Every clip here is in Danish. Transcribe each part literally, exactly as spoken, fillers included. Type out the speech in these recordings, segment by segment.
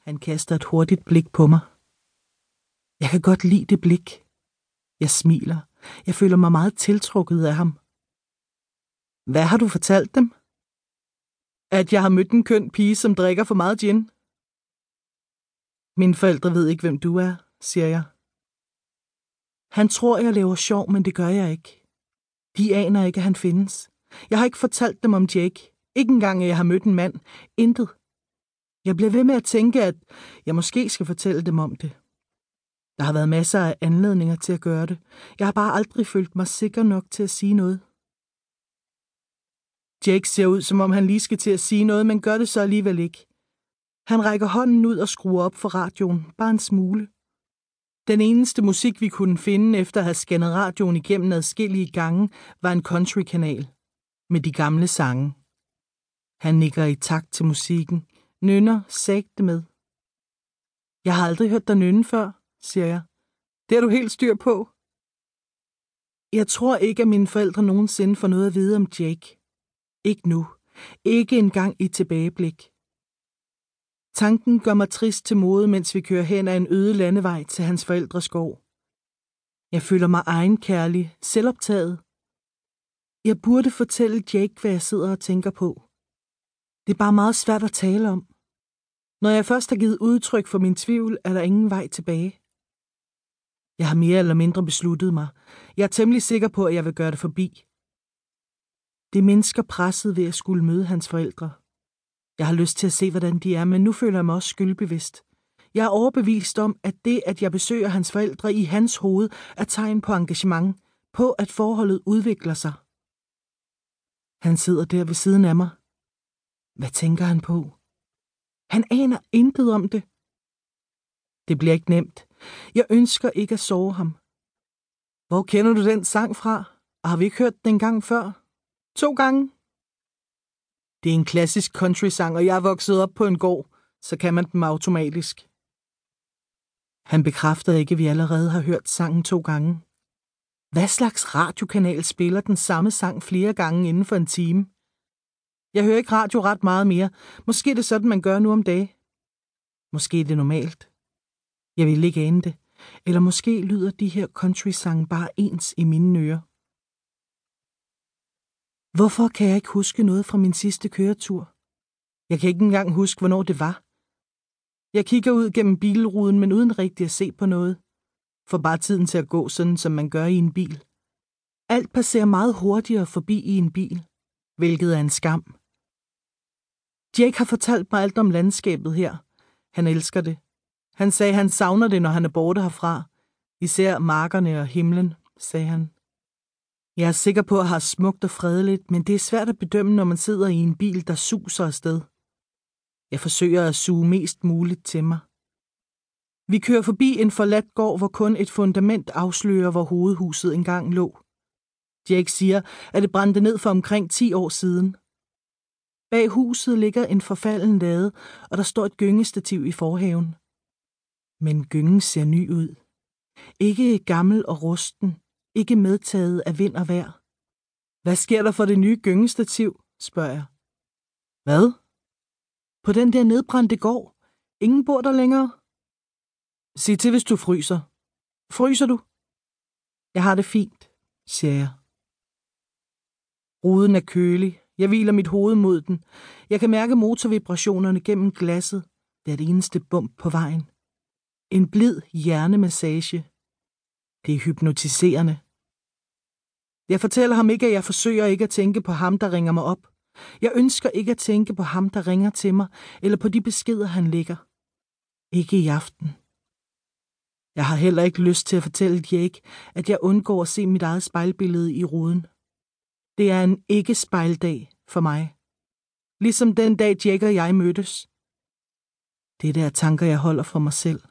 Han kaster et hurtigt blik på mig. Jeg kan godt lide det blik. Jeg smiler. Jeg føler mig meget tiltrukket af ham. Hvad har du fortalt dem? At jeg har mødt en køn pige, som drikker for meget gin. Mine forældre ved ikke, hvem du er, siger jeg. Han tror, jeg laver sjov, men det gør jeg ikke. De aner ikke, at han findes. Jeg har ikke fortalt dem om Jake. Ikke engang, at jeg har mødt en mand. Intet. Jeg bliver ved med at tænke, at jeg måske skal fortælle dem om det. Der har været masser af anledninger til at gøre det. Jeg har bare aldrig følt mig sikker nok til at sige noget. Jake ser ud, som om han lige skal til at sige noget, men gør det så alligevel ikke. Han rækker hånden ud og skruer op for radioen, bare en smule. Den eneste musik, vi kunne finde efter at have scannet radioen igennem adskillige gange, var en countrykanal med de gamle sange. Han nikker i takt til musikken, nynner sagte med. Jeg har aldrig hørt dig nynne før, siger jeg. Det har du helt styr på. Jeg tror ikke, at mine forældre nogensinde får noget at vide om Jake. Ikke nu. Ikke engang i tilbageblik. Tanken gør mig trist til mode, mens vi kører hen ad en øde landevej til hans forældres gård. Jeg føler mig egenkærlig, selvoptaget. Jeg burde fortælle Jake, hvad jeg sidder og tænker på. Det er bare meget svært at tale om. Når jeg først har givet udtryk for min tvivl, er der ingen vej tilbage. Jeg har mere eller mindre besluttet mig. Jeg er temmelig sikker på, at jeg vil gøre det forbi. Det mindsker presset ved at skulle møde hans forældre. Jeg har lyst til at se, hvordan de er, men nu føler jeg mig også skyldbevidst. Jeg er overbevist om, at det, at jeg besøger hans forældre i hans hoved, er tegn på engagement, på at forholdet udvikler sig. Han sidder der ved siden af mig. Hvad tænker han på? Han aner intet om det. Det bliver ikke nemt. Jeg ønsker ikke at såre ham. Hvor kender du den sang fra? Og har vi ikke hørt den en gang før? To gange? Det er en klassisk country-sang, og jeg er vokset op på en gård, så kan man dem automatisk. Han bekræfter ikke, at vi allerede har hørt sangen to gange. Hvad slags radiokanal spiller den samme sang flere gange inden for en time? Jeg hører ikke radio ret meget mere. Måske er det sådan, man gør nu om dagen. Måske er det normalt. Jeg vil ikke ane det. Eller måske lyder de her country-sange bare ens i mine ører. Hvorfor kan jeg ikke huske noget fra min sidste køretur? Jeg kan ikke engang huske, hvornår det var. Jeg kigger ud gennem bilruden, men uden rigtig at se på noget. Får bare tiden til at gå sådan, som man gør i en bil. Alt passerer meget hurtigere forbi i en bil, hvilket er en skam. Jake har fortalt mig alt om landskabet her. Han elsker det. Han sagde, han savner det, når han er borte herfra. Især markerne og himlen, sagde han. Jeg er sikker på, at jeg har smukt og fredeligt, men det er svært at bedømme, når man sidder i en bil, der suser afsted. Jeg forsøger at suge mest muligt til mig. Vi kører forbi en forladt gård, hvor kun et fundament afslører, hvor hovedhuset engang lå. Jake siger, at det brændte ned for omkring ti år siden. Bag huset ligger en forfalden lade, og der står et gyngestativ i forhaven. Men gyngen ser ny ud. Ikke gammel og rusten. Ikke medtaget af vind og vejr. Hvad sker der for det nye gyngestativ, spørger jeg. Hvad? På den der nedbrændte gård. Ingen bor der længere. Sig til, hvis du fryser. Fryser du? Jeg har det fint, siger jeg. Ruden er kølig. Jeg hviler mit hoved mod den. Jeg kan mærke motorvibrationerne gennem glasset. Det er det eneste bump på vejen. En blid hjernemassage. Det er hypnotiserende. Jeg fortæller ham ikke, at jeg forsøger ikke at tænke på ham, der ringer mig op. Jeg ønsker ikke at tænke på ham, der ringer til mig, eller på de beskeder, han lægger. Ikke i aften. Jeg har heller ikke lyst til at fortælle Jake, at jeg undgår at se mit eget spejlbillede i ruden. Det er en ikke-spejldag for mig. Ligesom den dag Jake og jeg mødtes. Det er der tanker, jeg holder for mig selv.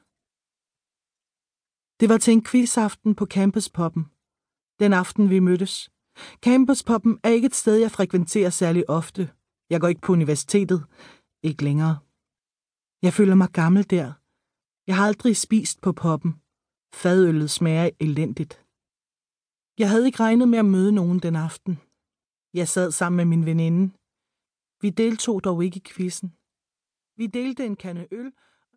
Det var til en quizaften på Campuspoppen. Den aften, vi mødtes. Campuspoppen er ikke et sted, jeg frekventerer særlig ofte. Jeg går ikke på universitetet. Ikke længere. Jeg føler mig gammel der. Jeg har aldrig spist på poppen. Fadøllet smager elendigt. Jeg havde ikke regnet med at møde nogen den aften. Jeg sad sammen med min veninde. Vi deltog dog ikke i quizzen. Vi delte en kande øl